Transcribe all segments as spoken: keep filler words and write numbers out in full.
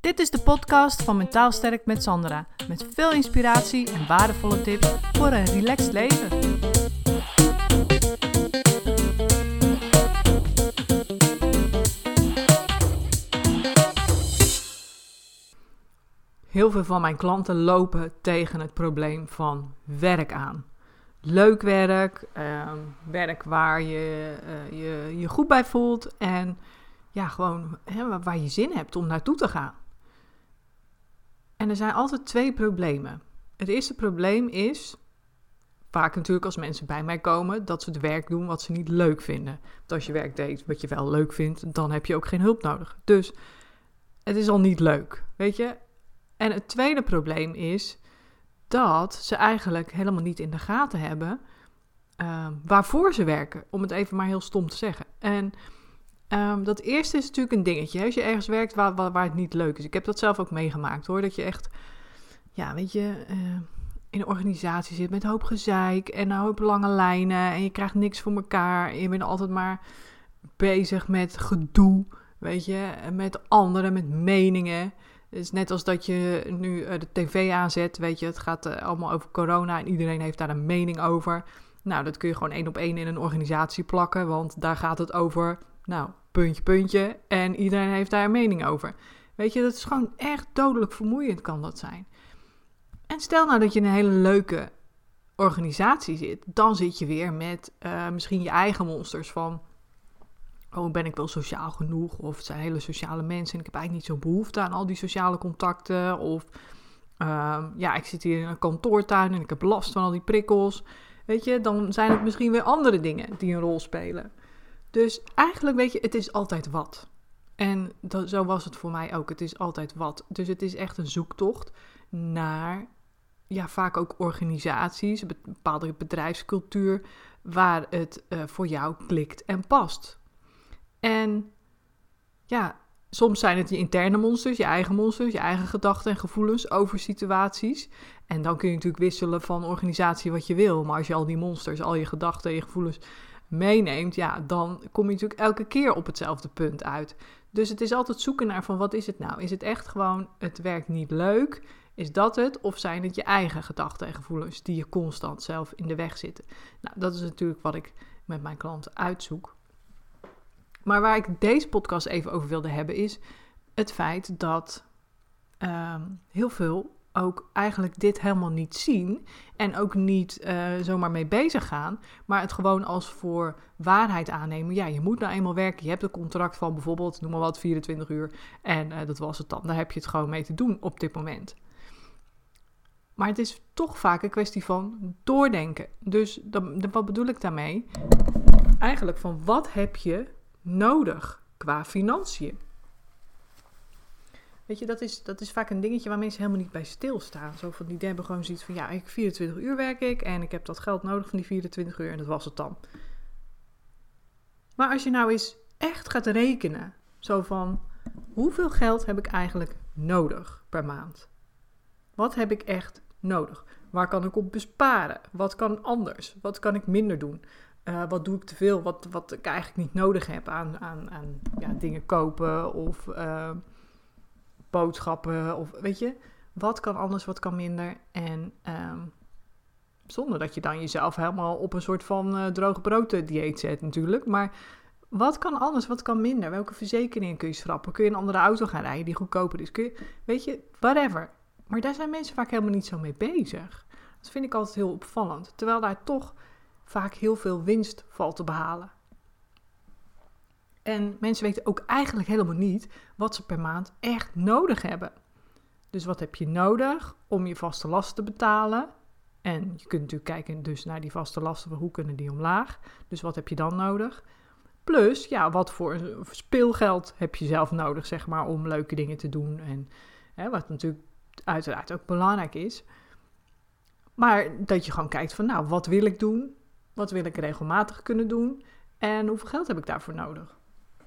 Dit is de podcast van Mentaal Sterk met Sandra. Met veel inspiratie en waardevolle tips voor een relaxed leven. Heel veel van mijn klanten lopen tegen het probleem van werk aan. Leuk werk, eh, werk waar je, uh, je je goed bij voelt en ja, gewoon hè, waar je zin hebt om naartoe te gaan. En er zijn altijd twee problemen. Het eerste probleem is, vaak natuurlijk als mensen bij mij komen, dat ze het werk doen wat ze niet leuk vinden. Want als je werk deed wat je wel leuk vindt, dan heb je ook geen hulp nodig. Dus het is al niet leuk, weet je. En het tweede probleem is dat ze eigenlijk helemaal niet in de gaten hebben uh, waarvoor ze werken. Om het even maar heel stom te zeggen. En um, dat eerste is natuurlijk een dingetje. Hè? Als je ergens werkt waar, waar, waar het niet leuk is. Ik heb dat zelf ook meegemaakt hoor. Dat je echt, ja weet je, uh, in een organisatie zit met een hoop gezeik en een hoop lange lijnen. En je krijgt niks voor elkaar. En je bent altijd maar bezig met gedoe, weet je. Met anderen, met meningen. Het is net als dat je nu uh, de tv aanzet, weet je, het gaat uh, allemaal over corona en iedereen heeft daar een mening over. Nou, dat kun je gewoon één op één in een organisatie plakken, want daar gaat het over, nou, puntje, puntje, en iedereen heeft daar een mening over. Weet je, dat is gewoon echt dodelijk vermoeiend kan dat zijn. En stel nou dat je in een hele leuke organisatie zit, dan zit je weer met uh, misschien je eigen monsters van, oh, ben ik wel sociaal genoeg? Of het zijn hele sociale mensen en ik heb eigenlijk niet zo'n behoefte aan al die sociale contacten. Of uh, ja, ik zit hier in een kantoortuin en ik heb last van al die prikkels. Weet je, dan zijn het misschien weer andere dingen die een rol spelen. Dus eigenlijk, weet je, het is altijd wat. En dat, zo was het voor mij ook. Het is altijd wat. Dus het is echt een zoektocht naar, ja, vaak ook organisaties, een bepaalde bedrijfscultuur, waar het uh, voor jou klikt en past. En ja, soms zijn het je interne monsters, je eigen monsters, je eigen gedachten en gevoelens over situaties. En dan kun je natuurlijk wisselen van organisatie wat je wil. Maar als je al die monsters, al je gedachten en je gevoelens meeneemt, ja, dan kom je natuurlijk elke keer op hetzelfde punt uit. Dus het is altijd zoeken naar van wat is het nou? Is het echt gewoon, het werkt niet leuk? Is dat het? Of zijn het je eigen gedachten en gevoelens die je constant zelf in de weg zitten? Nou, dat is natuurlijk wat ik met mijn klanten uitzoek. Maar waar ik deze podcast even over wilde hebben is het feit dat uh, heel veel ook eigenlijk dit helemaal niet zien en ook niet uh, zomaar mee bezig gaan, maar het gewoon als voor waarheid aannemen. Ja, je moet nou eenmaal werken, je hebt een contract van bijvoorbeeld, noem maar wat, vierentwintig uur en uh, dat was het dan. Daar heb je het gewoon mee te doen op dit moment. Maar het is toch vaak een kwestie van doordenken. Dus dat, wat bedoel ik daarmee? Eigenlijk van wat heb je nodig qua financiën. Weet je, dat is, dat is vaak een dingetje waar mensen helemaal niet bij stilstaan. Zo van, die hebben gewoon zoiets van, ja, ik vierentwintig uur werk ik en ik heb dat geld nodig van die vierentwintig uur en dat was het dan. Maar als je nou eens echt gaat rekenen, zo van, hoeveel geld heb ik eigenlijk nodig per maand? Wat heb ik echt nodig? Waar kan ik op besparen? Wat kan anders? Wat kan ik minder doen? Uh, wat doe ik te veel, wat, wat ik eigenlijk niet nodig heb aan, aan, aan ja, dingen kopen of uh, boodschappen of weet je, wat kan anders, wat kan minder en um, zonder dat je dan jezelf helemaal op een soort van uh, droog brood dieet zet natuurlijk, maar wat kan anders, wat kan minder, welke verzekeringen kun je schrappen, kun je een andere auto gaan rijden die goedkoper is, kun je, weet je, whatever. Maar daar zijn mensen vaak helemaal niet zo mee bezig. Dat vind ik altijd heel opvallend, terwijl daar toch vaak heel veel winst valt te behalen. En mensen weten ook eigenlijk helemaal niet wat ze per maand echt nodig hebben. Dus wat heb je nodig om je vaste lasten te betalen? En je kunt natuurlijk kijken dus naar die vaste lasten, hoe kunnen die omlaag? Dus wat heb je dan nodig? Plus, ja, wat voor speelgeld heb je zelf nodig, zeg maar, om leuke dingen te doen. En hè, wat natuurlijk uiteraard ook belangrijk is. Maar dat je gewoon kijkt van, nou, wat wil ik doen? Wat wil ik regelmatig kunnen doen? En hoeveel geld heb ik daarvoor nodig?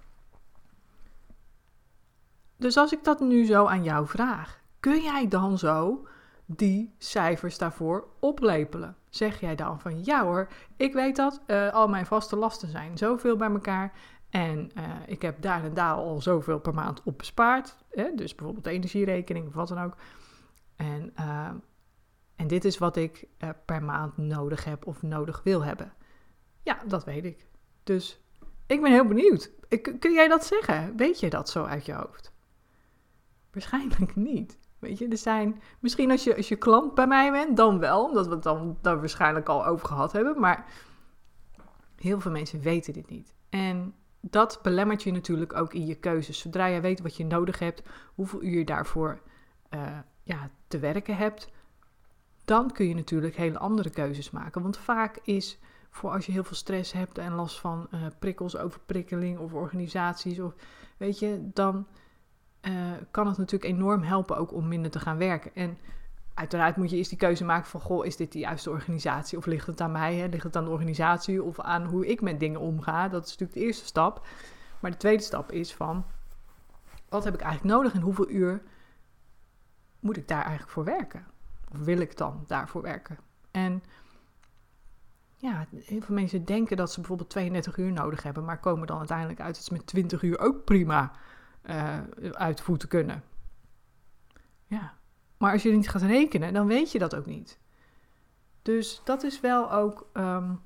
Dus als ik dat nu zo aan jou vraag, kun jij dan zo die cijfers daarvoor oplepelen? Zeg jij dan van, ja hoor, ik weet dat uh, al mijn vaste lasten zijn zoveel bij elkaar En uh, ik heb daar en daar al zoveel per maand op bespaard. Hè? Dus bijvoorbeeld de energierekening of wat dan ook. En, uh, en dit is wat ik uh, per maand nodig heb of nodig wil hebben. Ja, dat weet ik. Dus ik ben heel benieuwd. Kun jij dat zeggen? Weet je dat zo uit je hoofd? Waarschijnlijk niet. Weet je, er zijn... Misschien als je, als je klant bij mij bent, dan wel. Omdat we het dan daar waarschijnlijk al over gehad hebben. Maar heel veel mensen weten dit niet. En dat belemmert je natuurlijk ook in je keuzes. Zodra je weet wat je nodig hebt, hoeveel uur je daarvoor uh, ja, te werken hebt, dan kun je natuurlijk hele andere keuzes maken. Want vaak is, voor als je heel veel stress hebt en last van uh, prikkels, overprikkeling of organisaties, of weet je, dan uh, kan het natuurlijk enorm helpen ook om minder te gaan werken. En uiteraard moet je eerst die keuze maken van, goh, is dit de juiste organisatie? Of ligt het aan mij? Hè? Ligt het aan de organisatie? Of aan hoe ik met dingen omga? Dat is natuurlijk de eerste stap. Maar de tweede stap is van, wat heb ik eigenlijk nodig en hoeveel uur moet ik daar eigenlijk voor werken? Of wil ik dan daarvoor werken? En ja, heel veel mensen denken dat ze bijvoorbeeld tweeëndertig uur nodig hebben, maar komen dan uiteindelijk uit dat ze met twintig uur ook prima uh, uit voeten kunnen. Ja. Maar als je niet gaat rekenen, dan weet je dat ook niet. Dus dat is wel ook um,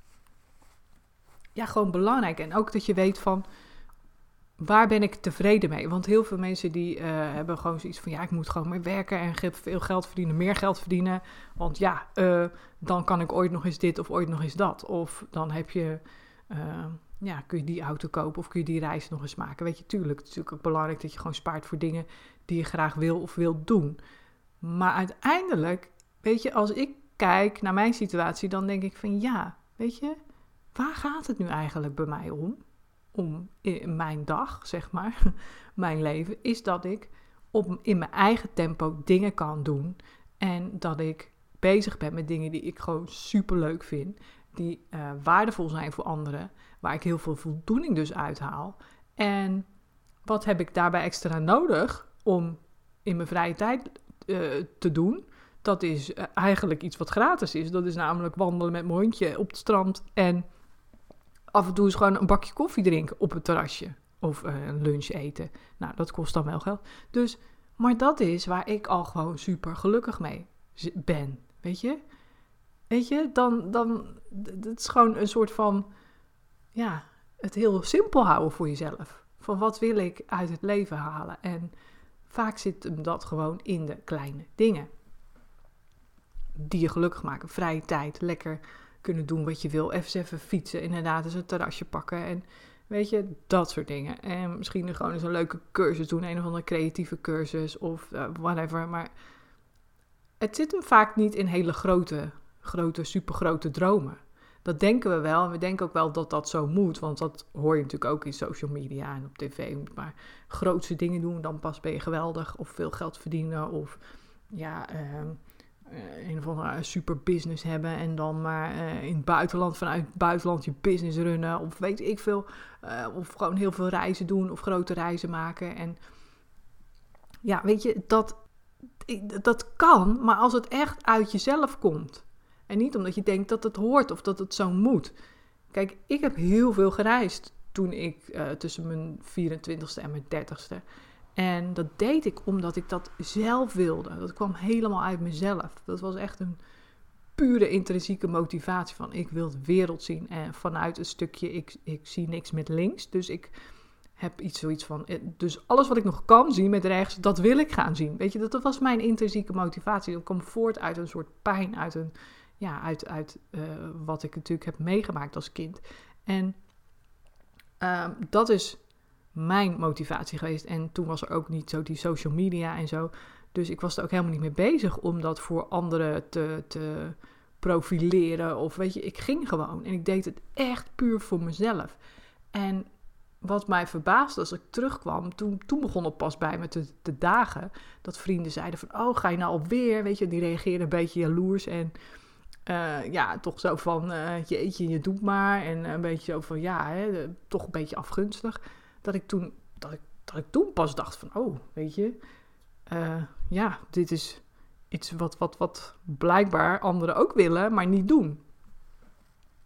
ja, gewoon belangrijk. En ook dat je weet van, waar ben ik tevreden mee? Want heel veel mensen die uh, hebben gewoon zoiets van, ja, ik moet gewoon meer werken en veel geld verdienen, meer geld verdienen. Want ja, uh, dan kan ik ooit nog eens dit of ooit nog eens dat. Of dan heb je, uh, ja, kun je die auto kopen of kun je die reis nog eens maken. Weet je, tuurlijk, het is natuurlijk ook belangrijk dat je gewoon spaart voor dingen die je graag wil of wilt doen. Maar uiteindelijk, weet je, als ik kijk naar mijn situatie, dan denk ik van ja, weet je, waar gaat het nu eigenlijk bij mij om? Om in mijn dag, zeg maar, mijn leven, is dat ik op, in mijn eigen tempo dingen kan doen. En dat ik bezig ben met dingen die ik gewoon superleuk vind, die uh, waardevol zijn voor anderen, waar ik heel veel voldoening dus uithaal. En wat heb ik daarbij extra nodig om in mijn vrije tijd Uh, te doen? Dat is uh, eigenlijk iets wat gratis is. Dat is namelijk wandelen met mijn hondje op het strand en af en toe eens gewoon een bakje koffie drinken op het terrasje of uh, een lunch eten. Nou, dat kost dan wel geld. Dus, maar dat is waar ik al gewoon super gelukkig mee ben. Weet je? Weet je, dan, dan, het is gewoon een soort van, ja, het heel simpel houden voor jezelf. Van wat wil ik uit het leven halen? En vaak zit hem dat gewoon in de kleine dingen. Die je gelukkig maken. Vrije tijd, lekker kunnen doen wat je wil. Even even fietsen, inderdaad eens een terrasje pakken. En weet je, dat soort dingen. En misschien gewoon eens een leuke cursus doen. Een of andere creatieve cursus of uh, whatever. Maar het zit hem vaak niet in hele grote, grote, supergrote dromen. Dat denken we wel. En we denken ook wel dat dat zo moet. Want dat hoor je natuurlijk ook in social media en op tv. Je moet maar grootste dingen doen. Dan pas ben je geweldig. Of veel geld verdienen. Of ja, uh, uh, een of andere super business hebben. En dan maar uh, in het buitenland, vanuit het buitenland je business runnen. Of weet ik veel. Uh, of gewoon heel veel reizen doen. Of grote reizen maken. En ja, weet je, dat, dat kan. Maar als het echt uit jezelf komt. En niet omdat je denkt dat het hoort of dat het zo moet. Kijk, ik heb heel veel gereisd toen ik uh, tussen mijn vierentwintigste en mijn dertigste. En dat deed ik omdat ik dat zelf wilde. Dat kwam helemaal uit mezelf. Dat was echt een pure intrinsieke motivatie van ik wil de wereld zien. En vanuit een stukje, ik, ik zie niks met links. Dus ik heb iets zoiets van, dus alles wat ik nog kan zien met rechts, dat wil ik gaan zien. Weet je, dat, dat was mijn intrinsieke motivatie. Dat kwam voort uit een soort pijn, uit een... Ja, uit, uit uh, wat ik natuurlijk heb meegemaakt als kind. En uh, dat is mijn motivatie geweest. En toen was er ook niet zo die social media en zo. Dus ik was er ook helemaal niet mee bezig om dat voor anderen te, te profileren. Of weet je, ik ging gewoon. En ik deed het echt puur voor mezelf. En wat mij verbaasde als ik terugkwam, toen, toen begon het pas bij me te, te dagen. Dat vrienden zeiden van, oh, ga je nou alweer? Weet je, die reageerden een beetje jaloers en... Uh, ja, toch zo van, uh, jeetje, je doet maar. En een beetje zo van, ja, hè, de, toch een beetje afgunstig. Dat ik toen, dat ik, dat ik toen pas dacht van, oh, weet je. Uh, ja, dit is iets wat, wat, wat blijkbaar anderen ook willen, maar niet doen.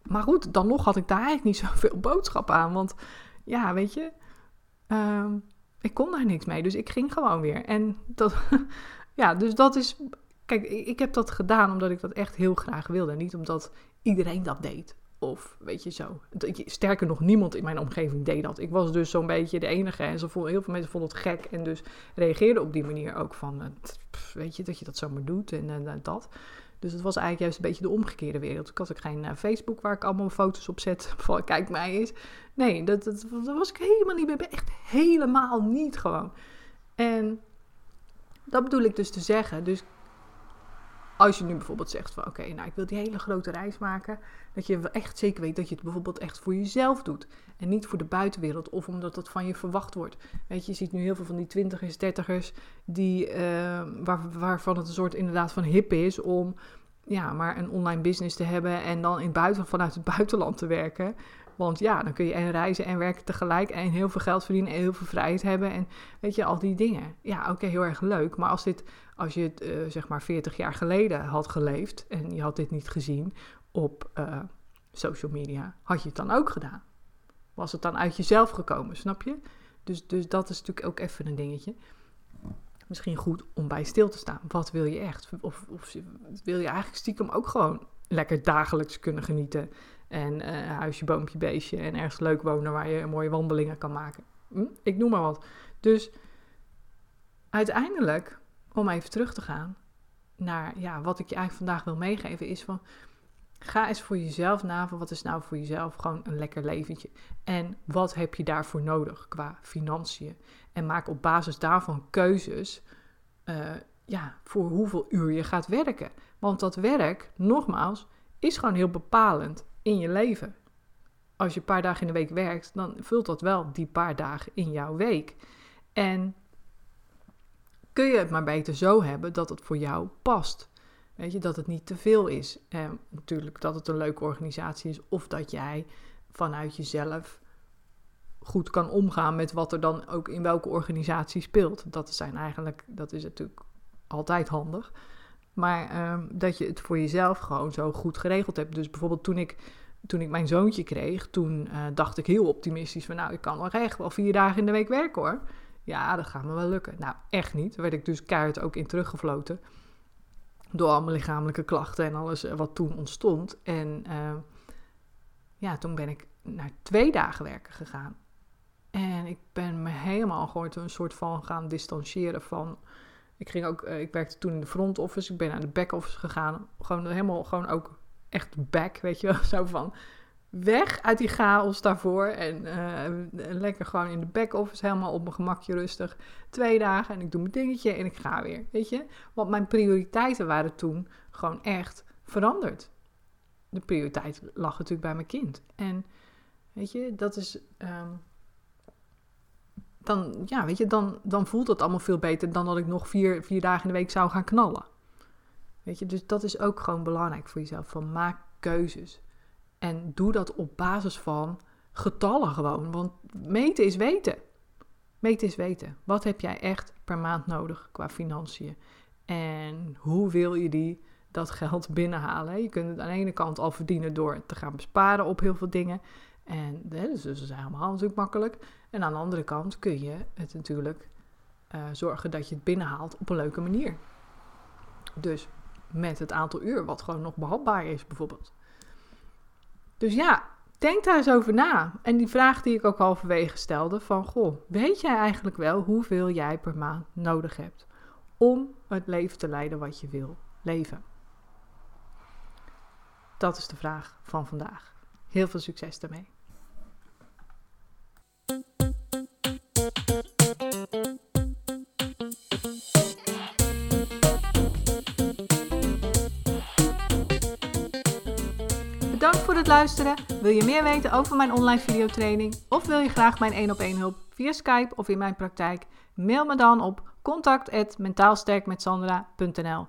Maar goed, dan nog had ik daar eigenlijk niet zoveel boodschap aan. Want ja, weet je, uh, ik kon daar niks mee. Dus ik ging gewoon weer. En dat, ja, dus dat is... Kijk, ik heb dat gedaan omdat ik dat echt heel graag wilde. Niet omdat iedereen dat deed. Of weet je zo. Sterker nog, niemand in mijn omgeving deed dat. Ik was dus zo'n beetje de enige. En ze vonden, heel veel mensen vonden het gek. En dus reageerden op die manier ook van... Weet je, dat je dat zomaar doet en, en, en dat. Dus het was eigenlijk juist een beetje de omgekeerde wereld. Ik had ook geen uh, Facebook waar ik allemaal foto's op zet van kijk mij eens. Nee, dat, dat, dat was ik helemaal niet mee. Echt helemaal niet gewoon. En dat bedoel ik dus te zeggen. Dus als je nu bijvoorbeeld zegt van oké, okay, nou ik wil die hele grote reis maken. Dat je echt zeker weet dat je het bijvoorbeeld echt voor jezelf doet. En niet voor de buitenwereld of omdat dat van je verwacht wordt. Weet je, je ziet nu heel veel van die twintigers, dertigers. Die, uh, waar, waarvan het een soort inderdaad van hip is om ja, maar een online business te hebben. En dan in het buiten, vanuit het buitenland te werken. Want ja, dan kun je en reizen en werken tegelijk. En heel veel geld verdienen en heel veel vrijheid hebben. En weet je, al die dingen. Ja, oké, okay, heel erg leuk. Maar als, dit, als je het uh, zeg maar veertig jaar geleden had geleefd. En je had dit niet gezien op uh, social media. Had je het dan ook gedaan? Was het dan uit jezelf gekomen, snap je? Dus, dus dat is natuurlijk ook even een dingetje. Misschien goed om bij stil te staan. Wat wil je echt? Of, of wil je eigenlijk stiekem ook gewoon lekker dagelijks kunnen genieten? En uh, huisje, boompje, beestje. En ergens leuk wonen waar je mooie wandelingen kan maken. Hm? Ik noem maar wat. Dus uiteindelijk, om even terug te gaan naar ja, wat ik je eigenlijk vandaag wil meegeven, is van ga eens voor jezelf na van wat is nou voor jezelf gewoon een lekker leventje. En wat heb je daarvoor nodig qua financiën. En maak op basis daarvan keuzes uh, ja, voor hoeveel uur je gaat werken. Want dat werk, nogmaals, is gewoon heel bepalend in je leven. Als je een paar dagen in de week werkt, dan vult dat wel die paar dagen in jouw week. En kun je het maar beter zo hebben dat het voor jou past. Weet je, dat het niet te veel is. Eh, natuurlijk dat het een leuke organisatie is. Of dat jij vanuit jezelf goed kan omgaan met wat er dan ook in welke organisatie speelt. Dat zijn eigenlijk, dat is natuurlijk altijd handig. Maar uh, dat je het voor jezelf gewoon zo goed geregeld hebt. Dus bijvoorbeeld toen ik, toen ik mijn zoontje kreeg, toen uh, dacht ik heel optimistisch van nou, ik kan wel echt wel vier dagen in de week werken hoor. Ja, dat gaat me wel lukken. Nou, echt niet. Daar werd ik dus keihard ook in teruggefloten. Door allemaal lichamelijke klachten en alles wat toen ontstond. En uh, ja, toen ben ik naar twee dagen werken gegaan. En ik ben me helemaal gewoon een soort van gaan distancieren van... Ik ging ook, uh, ik werkte toen in de front office. Ik ben naar de back office gegaan. Gewoon helemaal, gewoon ook echt back, weet je wel. Zo van weg uit die chaos daarvoor. En uh, lekker gewoon in de back office, helemaal op mijn gemakje rustig. Twee dagen en ik doe mijn dingetje en ik ga weer, weet je. Want mijn prioriteiten waren toen gewoon echt veranderd. De prioriteit lag natuurlijk bij mijn kind. En weet je, dat is... Um, Dan, ja, weet je, dan, dan voelt het allemaal veel beter dan dat ik nog vier, vier dagen in de week zou gaan knallen. Weet je, dus dat is ook gewoon belangrijk voor jezelf. Van maak keuzes. En doe dat op basis van getallen gewoon. Want meten is weten. Meten is weten. Wat heb jij echt per maand nodig qua financiën? En hoe wil je die dat geld binnenhalen? Je kunt het aan de ene kant al verdienen door te gaan besparen op heel veel dingen. En dus dat is helemaal natuurlijk makkelijk. En aan de andere kant kun je het natuurlijk uh, zorgen dat je het binnenhaalt op een leuke manier. Dus met het aantal uur wat gewoon nog behapbaar is bijvoorbeeld. Dus ja, denk daar eens over na. En die vraag die ik ook halverwege stelde van... Goh, weet jij eigenlijk wel hoeveel jij per maand nodig hebt om het leven te leiden wat je wil leven? Dat is de vraag van vandaag. Heel veel succes daarmee. Bedankt voor het luisteren. Wil je meer weten over mijn online videotraining? Of wil je graag mijn één op één hulp via Skype of in mijn praktijk? Mail me dan op contact at mentaalsterkmetsandra punt n l.